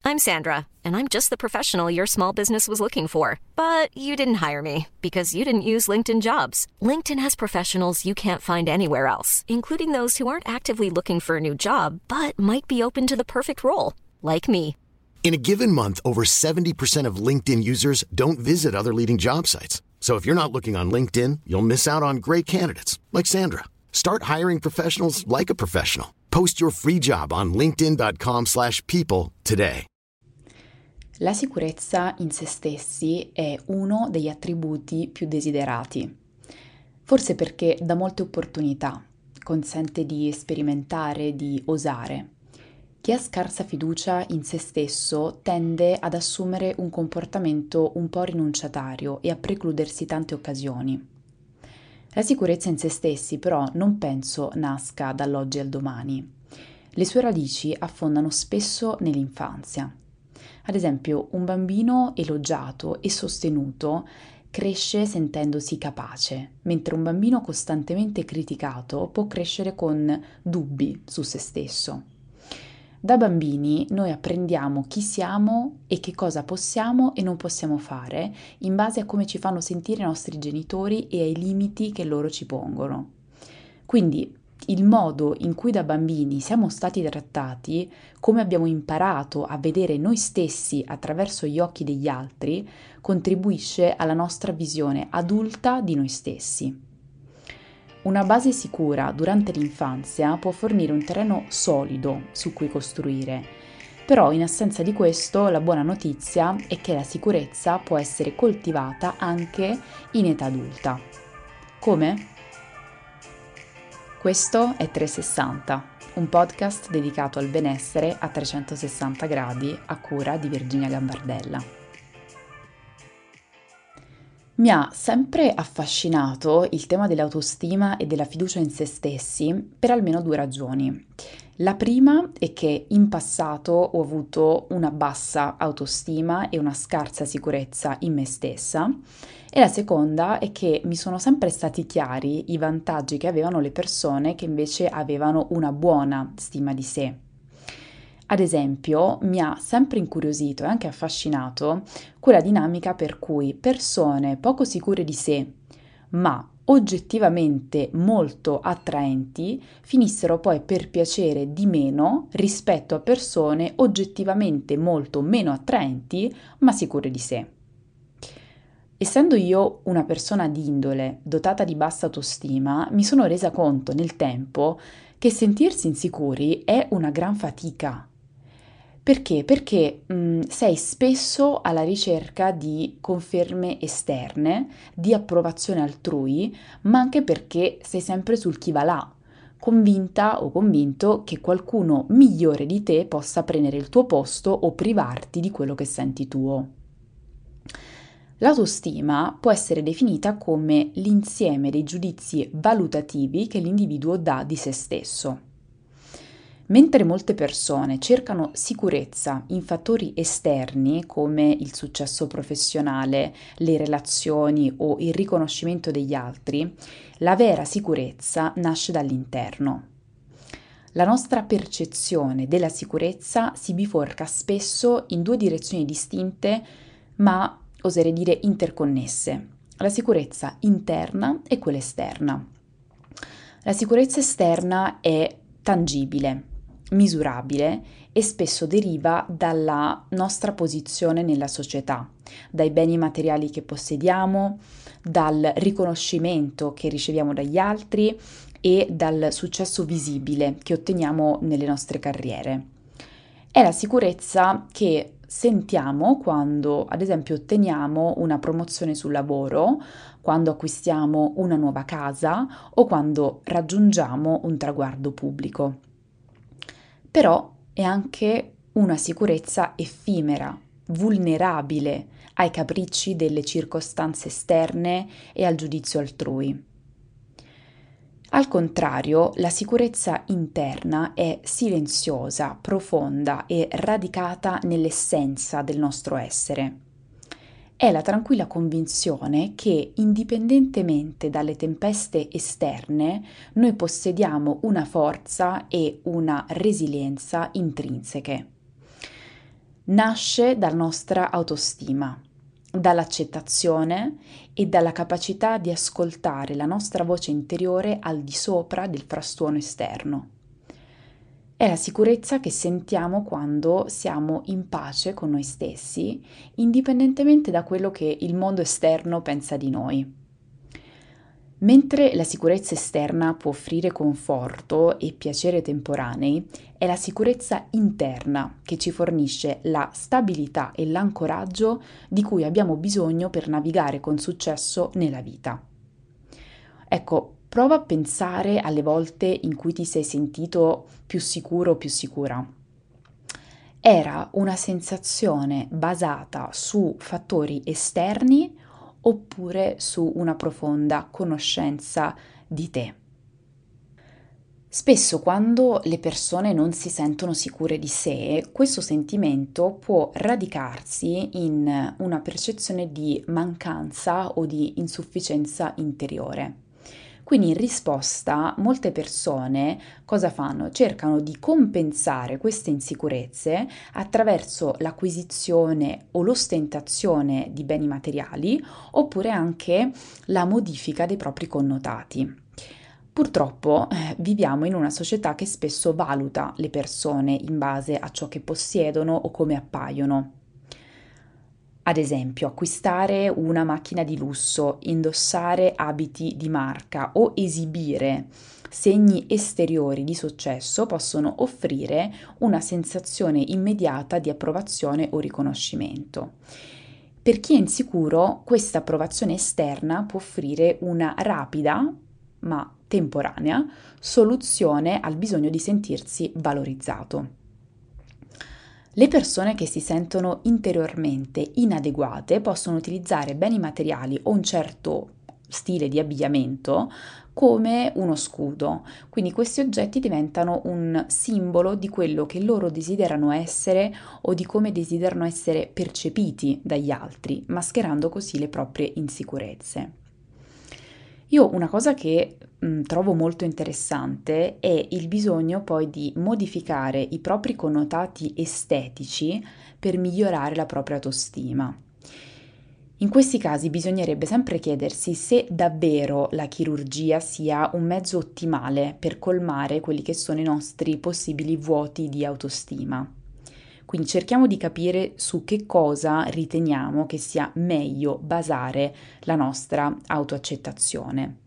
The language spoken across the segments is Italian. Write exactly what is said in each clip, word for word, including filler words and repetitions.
I'm Sandra, and I'm just the professional your small business was looking for. But you didn't hire me because you didn't use LinkedIn Jobs. LinkedIn has professionals you can't find anywhere else, including those who aren't actively looking for a new job, but might be open to the perfect role, like me. In a given month, over seventy percent of LinkedIn users don't visit other leading job sites. So if you're not looking on LinkedIn, you'll miss out on great candidates like Sandra. Start hiring professionals like a professional. Post your free job on linkedin.com slash people today. La sicurezza in se stessi è uno degli attributi più desiderati, forse perché dà molte opportunità, consente di sperimentare, di osare. Chi ha scarsa fiducia in se stesso tende ad assumere un comportamento un po' rinunciatario e a precludersi tante occasioni. La sicurezza in se stessi però non penso nasca dall'oggi al domani. Le sue radici affondano spesso nell'infanzia. Ad esempio, un bambino elogiato e sostenuto cresce sentendosi capace, mentre un bambino costantemente criticato può crescere con dubbi su se stesso. Da bambini noi apprendiamo chi siamo e che cosa possiamo e non possiamo fare in base a come ci fanno sentire i nostri genitori e ai limiti che loro ci pongono. Quindi il modo in cui da bambini siamo stati trattati, come abbiamo imparato a vedere noi stessi attraverso gli occhi degli altri, contribuisce alla nostra visione adulta di noi stessi. Una base sicura durante l'infanzia può fornire un terreno solido su cui costruire, però in assenza di questo la buona notizia è che la sicurezza può essere coltivata anche in età adulta. Come? Questo è trecentosessanta, un podcast dedicato al benessere a trecentosessanta gradi a cura di Virginia Gambardella. Mi ha sempre affascinato il tema dell'autostima e della fiducia in se stessi per almeno due ragioni. La prima è che in passato ho avuto una bassa autostima e una scarsa sicurezza in me stessa, e la seconda è che mi sono sempre stati chiari i vantaggi che avevano le persone che invece avevano una buona stima di sé. Ad esempio, mi ha sempre incuriosito e anche affascinato quella dinamica per cui persone poco sicure di sé, ma oggettivamente molto attraenti, finissero poi per piacere di meno rispetto a persone oggettivamente molto meno attraenti, ma sicure di sé. Essendo io una persona di indole dotata di bassa autostima, mi sono resa conto nel tempo che sentirsi insicuri è una gran fatica. Perché? Perché mh, sei spesso alla ricerca di conferme esterne, di approvazione altrui, ma anche perché sei sempre sul chi va là, convinta o convinto che qualcuno migliore di te possa prendere il tuo posto o privarti di quello che senti tuo. L'autostima può essere definita come l'insieme dei giudizi valutativi che l'individuo dà di se stesso. Mentre molte persone cercano sicurezza in fattori esterni come il successo professionale, le relazioni o il riconoscimento degli altri, la vera sicurezza nasce dall'interno. La nostra percezione della sicurezza si biforca spesso in due direzioni distinte, ma oserei dire interconnesse: la sicurezza interna e quella esterna. La sicurezza esterna è tangibile, misurabile e spesso deriva dalla nostra posizione nella società, dai beni materiali che possediamo, dal riconoscimento che riceviamo dagli altri e dal successo visibile che otteniamo nelle nostre carriere. È la sicurezza che sentiamo quando, ad esempio, otteniamo una promozione sul lavoro, quando acquistiamo una nuova casa o quando raggiungiamo un traguardo pubblico. Però è anche una sicurezza effimera, vulnerabile ai capricci delle circostanze esterne e al giudizio altrui. Al contrario, la sicurezza interna è silenziosa, profonda e radicata nell'essenza del nostro essere. È la tranquilla convinzione che, indipendentemente dalle tempeste esterne, noi possediamo una forza e una resilienza intrinseche. nasce dalla nostra autostima, dall'accettazione e dalla capacità di ascoltare la nostra voce interiore al di sopra del frastuono esterno. È la sicurezza che sentiamo quando siamo in pace con noi stessi, indipendentemente da quello che il mondo esterno pensa di noi. Mentre la sicurezza esterna può offrire conforto e piacere temporanei, è la sicurezza interna che ci fornisce la stabilità e l'ancoraggio di cui abbiamo bisogno per navigare con successo nella vita. Ecco, prova a pensare alle volte in cui ti sei sentito più sicuro o più sicura. Era una sensazione basata su fattori esterni oppure su una profonda conoscenza di te? Spesso quando le persone non si sentono sicure di sé, questo sentimento può radicarsi in una percezione di mancanza o di insufficienza interiore. Quindi in risposta molte persone cosa fanno? Cercano di compensare queste insicurezze attraverso l'acquisizione o l'ostentazione di beni materiali oppure anche la modifica dei propri connotati. Purtroppo eh, viviamo in una società che spesso valuta le persone in base a ciò che possiedono o come appaiono. Ad esempio, acquistare una macchina di lusso, indossare abiti di marca o esibire segni esteriori di successo possono offrire una sensazione immediata di approvazione o riconoscimento. Per chi è insicuro, questa approvazione esterna può offrire una rapida, ma temporanea, soluzione al bisogno di sentirsi valorizzato. Le persone che si sentono interiormente inadeguate possono utilizzare beni materiali o un certo stile di abbigliamento come uno scudo, quindi questi oggetti diventano un simbolo di quello che loro desiderano essere o di come desiderano essere percepiti dagli altri, mascherando così le proprie insicurezze. Io una cosa che mh, trovo molto interessante è il bisogno poi di modificare i propri connotati estetici per migliorare la propria autostima. In questi casi bisognerebbe sempre chiedersi se davvero la chirurgia sia un mezzo ottimale per colmare quelli che sono i nostri possibili vuoti di autostima. Quindi cerchiamo di capire su che cosa riteniamo che sia meglio basare la nostra autoaccettazione.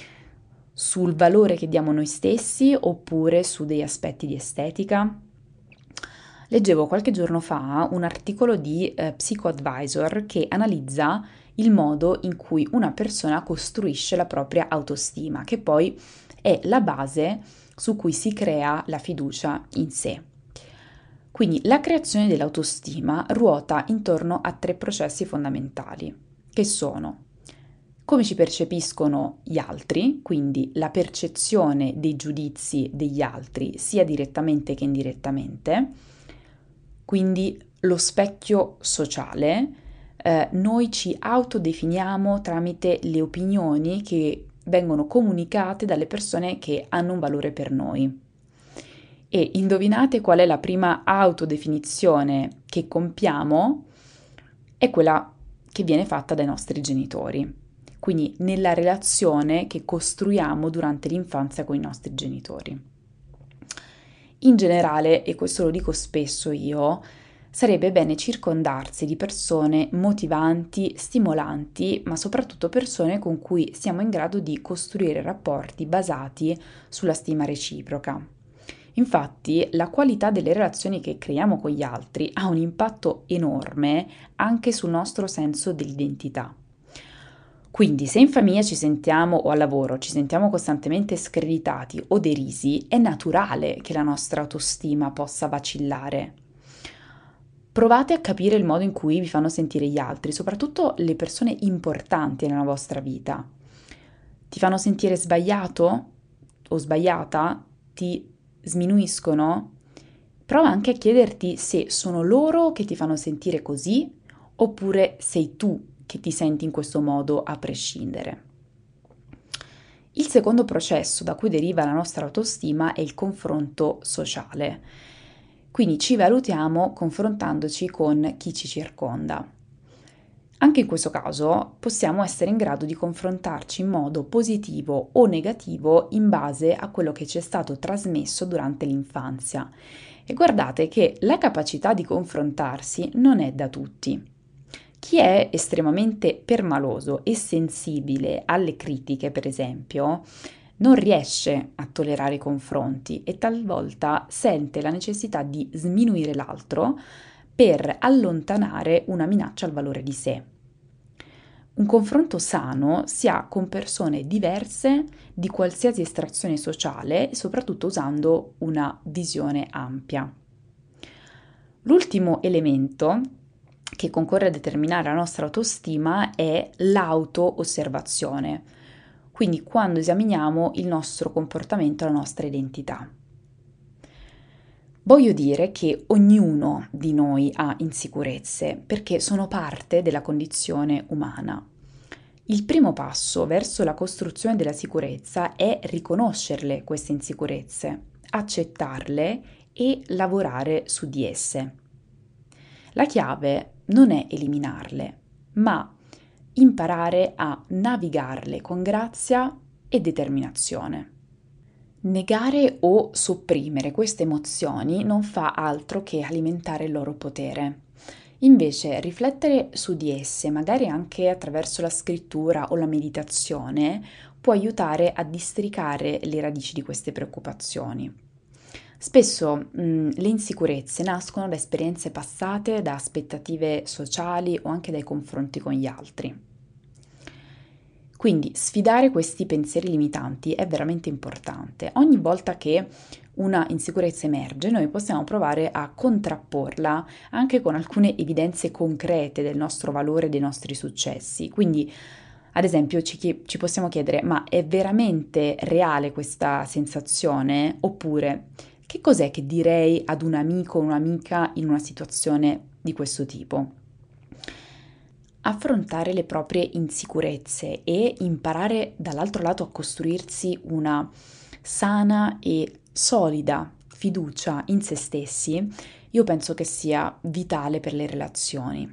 Sul valore che diamo noi stessi oppure su degli aspetti di estetica? Leggevo qualche giorno fa un articolo di eh, PsychoAdvisor che analizza il modo in cui una persona costruisce la propria autostima, che poi è la base su cui si crea la fiducia in sé. Quindi la creazione dell'autostima ruota intorno a tre processi fondamentali, che sono come ci percepiscono gli altri, quindi la percezione dei giudizi degli altri sia direttamente che indirettamente, quindi lo specchio sociale, eh, noi ci autodefiniamo tramite le opinioni che vengono comunicate dalle persone che hanno un valore per noi. E indovinate qual è la prima autodefinizione che compiamo? È quella che viene fatta dai nostri genitori, quindi nella relazione che costruiamo durante l'infanzia con i nostri genitori. In generale, e questo lo dico spesso io, sarebbe bene circondarsi di persone motivanti, stimolanti, ma soprattutto persone con cui siamo in grado di costruire rapporti basati sulla stima reciproca. Infatti, la qualità delle relazioni che creiamo con gli altri ha un impatto enorme anche sul nostro senso dell'identità. Quindi, se in famiglia ci sentiamo o al lavoro ci sentiamo costantemente screditati o derisi, è naturale che la nostra autostima possa vacillare. Provate a capire il modo in cui vi fanno sentire gli altri, soprattutto le persone importanti nella vostra vita. Ti fanno sentire sbagliato o sbagliata? Ti sminuiscono? Prova anche a chiederti se sono loro che ti fanno sentire così oppure sei tu che ti senti in questo modo a prescindere. Il secondo processo da cui deriva la nostra autostima è il confronto sociale. Quindi ci valutiamo confrontandoci con chi ci circonda. Anche in questo caso possiamo essere in grado di confrontarci in modo positivo o negativo in base a quello che ci è stato trasmesso durante l'infanzia. E guardate che la capacità di confrontarsi non è da tutti. Chi è estremamente permaloso e sensibile alle critiche, per esempio, non riesce a tollerare i confronti e talvolta sente la necessità di sminuire l'altro per allontanare una minaccia al valore di sé. Un confronto sano si ha con persone diverse di qualsiasi estrazione sociale e soprattutto usando una visione ampia. L'ultimo elemento che concorre a determinare la nostra autostima è l'auto-osservazione, quindi quando esaminiamo il nostro comportamento e la nostra identità. Voglio dire che ognuno di noi ha insicurezze perché sono parte della condizione umana. Il primo passo verso la costruzione della sicurezza è riconoscerle queste insicurezze, accettarle e lavorare su di esse. La chiave non è eliminarle, ma imparare a navigarle con grazia e determinazione. Negare o sopprimere queste emozioni non fa altro che alimentare il loro potere. Invece, riflettere su di esse, magari anche attraverso la scrittura o la meditazione, può aiutare a districare le radici di queste preoccupazioni. Spesso mh, le insicurezze nascono da esperienze passate, da aspettative sociali o anche dai confronti con gli altri. Quindi sfidare questi pensieri limitanti è veramente importante. Ogni volta che una insicurezza emerge, noi possiamo provare a contrapporla anche con alcune evidenze concrete del nostro valore e dei nostri successi. Quindi, ad esempio, ci, ci possiamo chiedere: ma è veramente reale questa sensazione? Oppure, che cos'è che direi ad un amico o un'amica in una situazione di questo tipo? Affrontare le proprie insicurezze e imparare dall'altro lato a costruirsi una sana e solida fiducia in se stessi, io penso che sia vitale per le relazioni.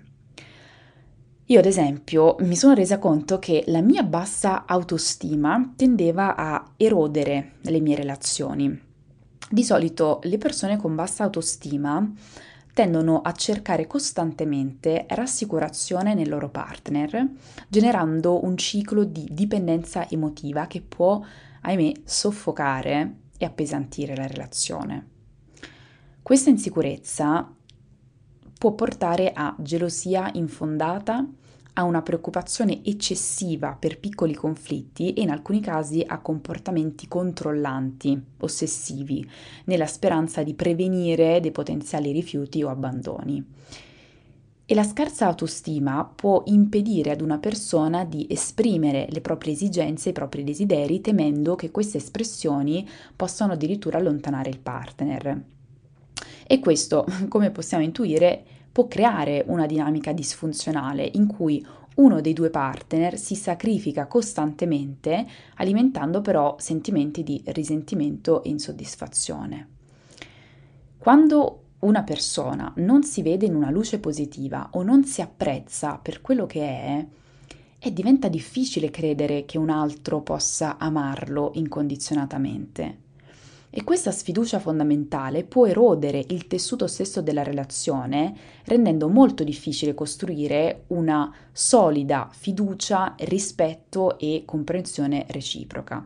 Io, ad esempio, mi sono resa conto che la mia bassa autostima tendeva a erodere le mie relazioni. Di solito le persone con bassa autostima tendono a cercare costantemente rassicurazione nel loro partner, generando un ciclo di dipendenza emotiva che può, ahimè, soffocare e appesantire la relazione. Questa insicurezza può portare a gelosia infondata, a una preoccupazione eccessiva per piccoli conflitti e in alcuni casi a comportamenti controllanti, ossessivi, nella speranza di prevenire dei potenziali rifiuti o abbandoni. E la scarsa autostima può impedire ad una persona di esprimere le proprie esigenze e i propri desideri, temendo che queste espressioni possano addirittura allontanare il partner. E questo, come possiamo intuire, può creare una dinamica disfunzionale in cui uno dei due partner si sacrifica costantemente, alimentando però sentimenti di risentimento e insoddisfazione. Quando una persona non si vede in una luce positiva o non si apprezza per quello che è, e diventa difficile credere che un altro possa amarlo incondizionatamente. E questa sfiducia fondamentale può erodere il tessuto stesso della relazione, rendendo molto difficile costruire una solida fiducia, rispetto e comprensione reciproca.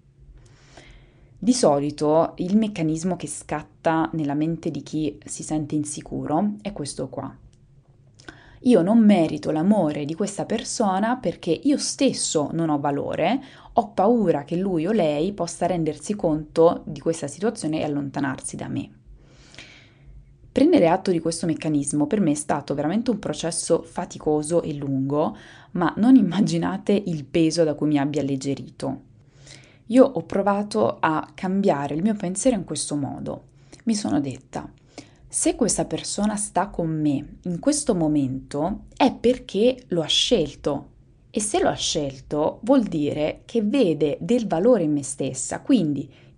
Di solito il meccanismo che scatta nella mente di chi si sente insicuro è questo qua. Io non merito l'amore di questa persona perché io stesso non ho valore, ho paura che lui o lei possa rendersi conto di questa situazione e allontanarsi da me. Prendere atto di questo meccanismo per me è stato veramente un processo faticoso e lungo, ma non immaginate il peso da cui mi abbia alleggerito. Io ho provato a cambiare il mio pensiero in questo modo. Mi sono detta: se questa persona sta con me in questo momento è perché lo ha scelto, e se lo ha scelto vuol dire che vede del valore in me stessa, quindi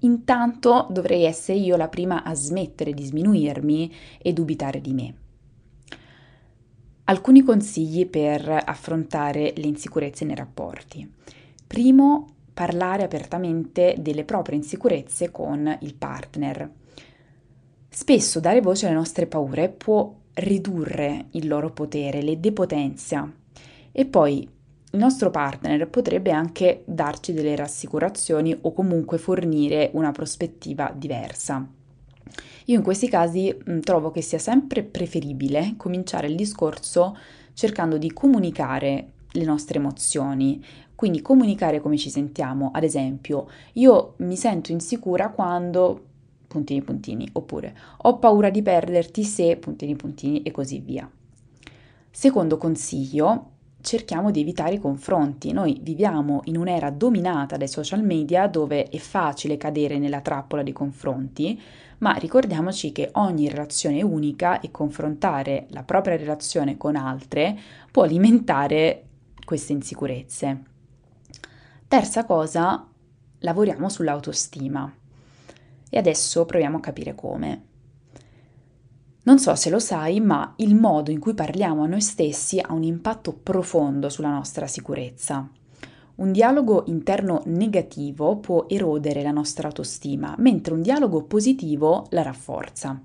intanto dovrei essere io la prima a smettere di sminuirmi e dubitare di me. Alcuni consigli per affrontare le insicurezze nei rapporti. Primo, parlare apertamente delle proprie insicurezze con il partner. Spesso dare voce alle nostre paure può ridurre il loro potere, le depotenzia, e poi il nostro partner potrebbe anche darci delle rassicurazioni o comunque fornire una prospettiva diversa. Io in questi casi mh, trovo che sia sempre preferibile cominciare il discorso cercando di comunicare le nostre emozioni, quindi comunicare come ci sentiamo. Ad esempio, io mi sento insicura quando puntini puntini, oppure ho paura di perderti se puntini puntini e così via. Secondo consiglio, cerchiamo di evitare i confronti. Noi viviamo in un'era dominata dai social media dove è facile cadere nella trappola dei confronti, ma ricordiamoci che ogni relazione è unica e confrontare la propria relazione con altre può alimentare queste insicurezze. Terza cosa, lavoriamo sull'autostima. E adesso proviamo a capire come. Non so se lo sai, ma il modo in cui parliamo a noi stessi ha un impatto profondo sulla nostra sicurezza. Un dialogo interno negativo può erodere la nostra autostima, mentre un dialogo positivo la rafforza.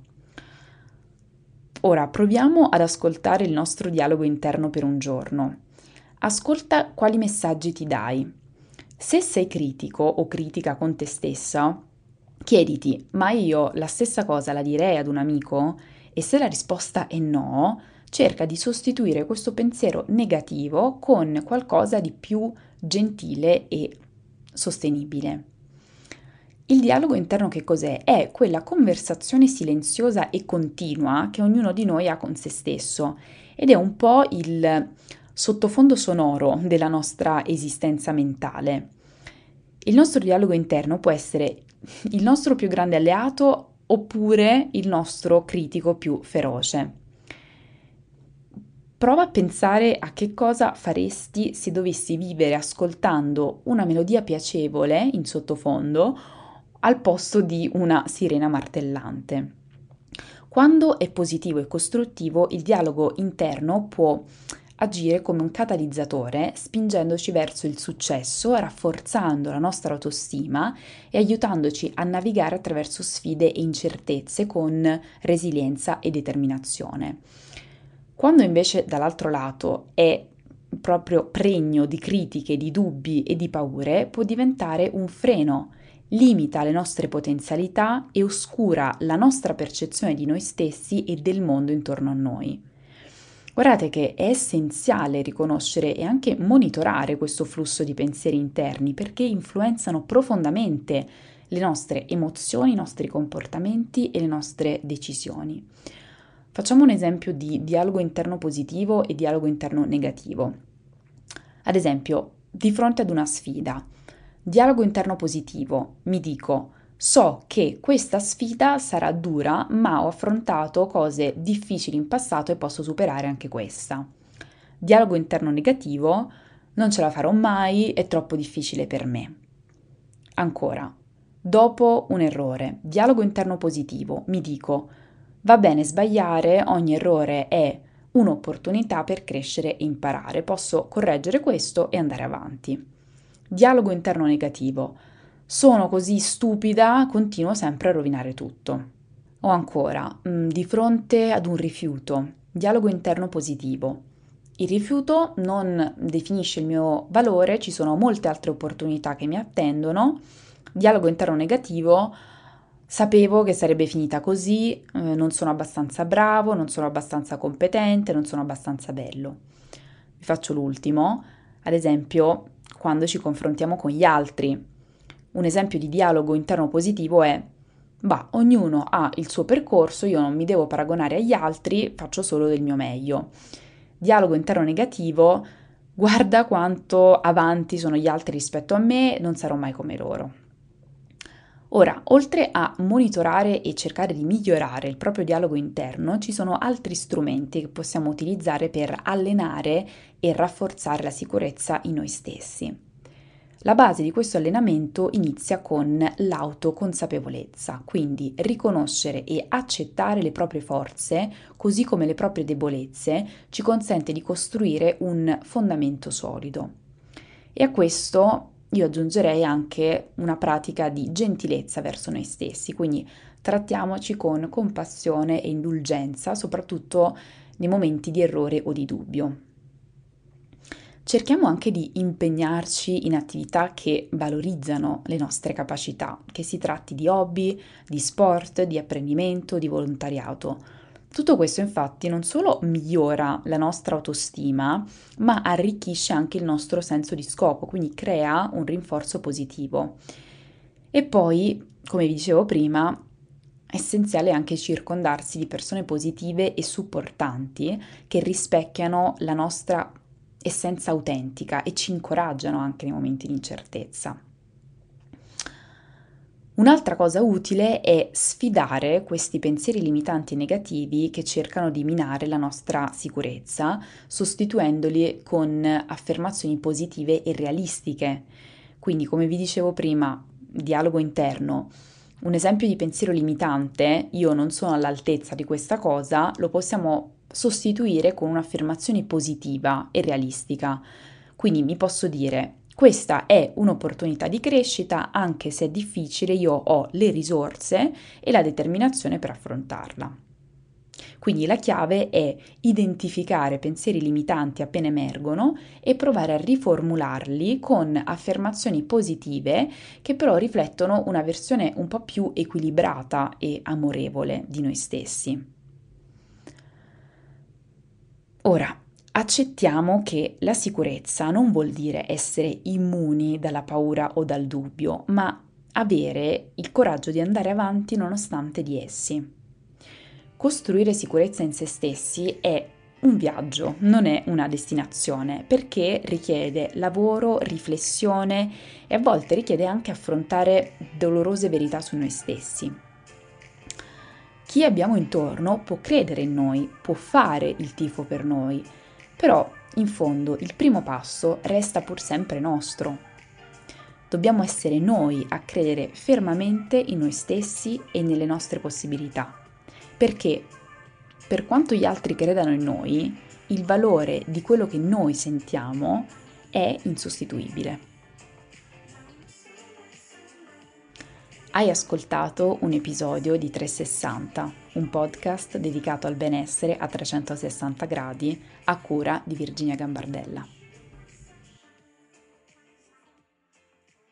Ora proviamo ad ascoltare il nostro dialogo interno per un giorno. Ascolta quali messaggi ti dai. Se sei critico o critica con te stessa, chiediti: ma io la stessa cosa la direi ad un amico? E se la risposta è no, cerca di sostituire questo pensiero negativo con qualcosa di più gentile e sostenibile. Il dialogo interno che cos'è? È quella conversazione silenziosa e continua che ognuno di noi ha con se stesso ed è un po' il sottofondo sonoro della nostra esistenza mentale. Il nostro dialogo interno può essere il nostro più grande alleato oppure il nostro critico più feroce. Prova a pensare a che cosa faresti se dovessi vivere ascoltando una melodia piacevole in sottofondo al posto di una sirena martellante. Quando è positivo e costruttivo, il dialogo interno può agire come un catalizzatore, spingendoci verso il successo, rafforzando la nostra autostima e aiutandoci a navigare attraverso sfide e incertezze con resilienza e determinazione. Quando invece dall'altro lato è proprio pregno di critiche, di dubbi e di paure, può diventare un freno, limita le nostre potenzialità e oscura la nostra percezione di noi stessi e del mondo intorno a noi. Guardate che è essenziale riconoscere e anche monitorare questo flusso di pensieri interni perché influenzano profondamente le nostre emozioni, i nostri comportamenti e le nostre decisioni. Facciamo un esempio di dialogo interno positivo e dialogo interno negativo. Ad esempio, di fronte ad una sfida, dialogo interno positivo, mi dico: so che questa sfida sarà dura, ma ho affrontato cose difficili in passato e posso superare anche questa. Dialogo interno negativo: non ce la farò mai, è troppo difficile per me. Ancora, dopo un errore, dialogo interno positivo, mi dico: va bene sbagliare, ogni errore è un'opportunità per crescere e imparare, posso correggere questo e andare avanti. Dialogo interno negativo: sono così stupida, continuo sempre a rovinare tutto. O ancora, mh, di fronte ad un rifiuto, dialogo interno positivo. Il rifiuto non definisce il mio valore, ci sono molte altre opportunità che mi attendono. Dialogo interno negativo: sapevo che sarebbe finita così, eh, non sono abbastanza bravo, non sono abbastanza competente, non sono abbastanza bello. Vi faccio l'ultimo, ad esempio, quando ci confrontiamo con gli altri. Un esempio di dialogo interno positivo è: bah, ognuno ha il suo percorso, io non mi devo paragonare agli altri, faccio solo del mio meglio. Dialogo interno negativo: guarda quanto avanti sono gli altri rispetto a me, non sarò mai come loro. Ora, oltre a monitorare e cercare di migliorare il proprio dialogo interno, ci sono altri strumenti che possiamo utilizzare per allenare e rafforzare la sicurezza in noi stessi. La base di questo allenamento inizia con l'autoconsapevolezza, quindi riconoscere e accettare le proprie forze, così come le proprie debolezze, ci consente di costruire un fondamento solido. E a questo io aggiungerei anche una pratica di gentilezza verso noi stessi, quindi trattiamoci con compassione e indulgenza, soprattutto nei momenti di errore o di dubbio. Cerchiamo anche di impegnarci in attività che valorizzano le nostre capacità, che si tratti di hobby, di sport, di apprendimento, di volontariato. Tutto questo infatti non solo migliora la nostra autostima, ma arricchisce anche il nostro senso di scopo, quindi crea un rinforzo positivo. E poi, come vi dicevo prima, è essenziale anche circondarsi di persone positive e supportanti che rispecchiano la nostra essenza autentica e ci incoraggiano anche nei momenti di incertezza. Un'altra cosa utile è sfidare questi pensieri limitanti e negativi che cercano di minare la nostra sicurezza, sostituendoli con affermazioni positive e realistiche. Quindi, come vi dicevo prima, dialogo interno. Un esempio di pensiero limitante, io non sono all'altezza di questa cosa, lo possiamo sostituire con un'affermazione positiva e realistica. Quindi mi posso dire: questa è un'opportunità di crescita, anche se è difficile, io ho le risorse e la determinazione per affrontarla. Quindi la chiave è identificare pensieri limitanti appena emergono e provare a riformularli con affermazioni positive che però riflettono una versione un po' più equilibrata e amorevole di noi stessi. Ora, accettiamo che la sicurezza non vuol dire essere immuni dalla paura o dal dubbio, ma avere il coraggio di andare avanti nonostante di essi. Costruire sicurezza in se stessi è un viaggio, non è una destinazione, perché richiede lavoro, riflessione e a volte richiede anche affrontare dolorose verità su noi stessi. Chi abbiamo intorno può credere in noi, può fare il tifo per noi, però in fondo il primo passo resta pur sempre nostro. Dobbiamo essere noi a credere fermamente in noi stessi e nelle nostre possibilità, perché per quanto gli altri credano in noi, il valore di quello che noi sentiamo è insostituibile. Hai ascoltato un episodio di trecentosessanta, un podcast dedicato al benessere a trecentosessanta gradi a cura di Virginia Gambardella.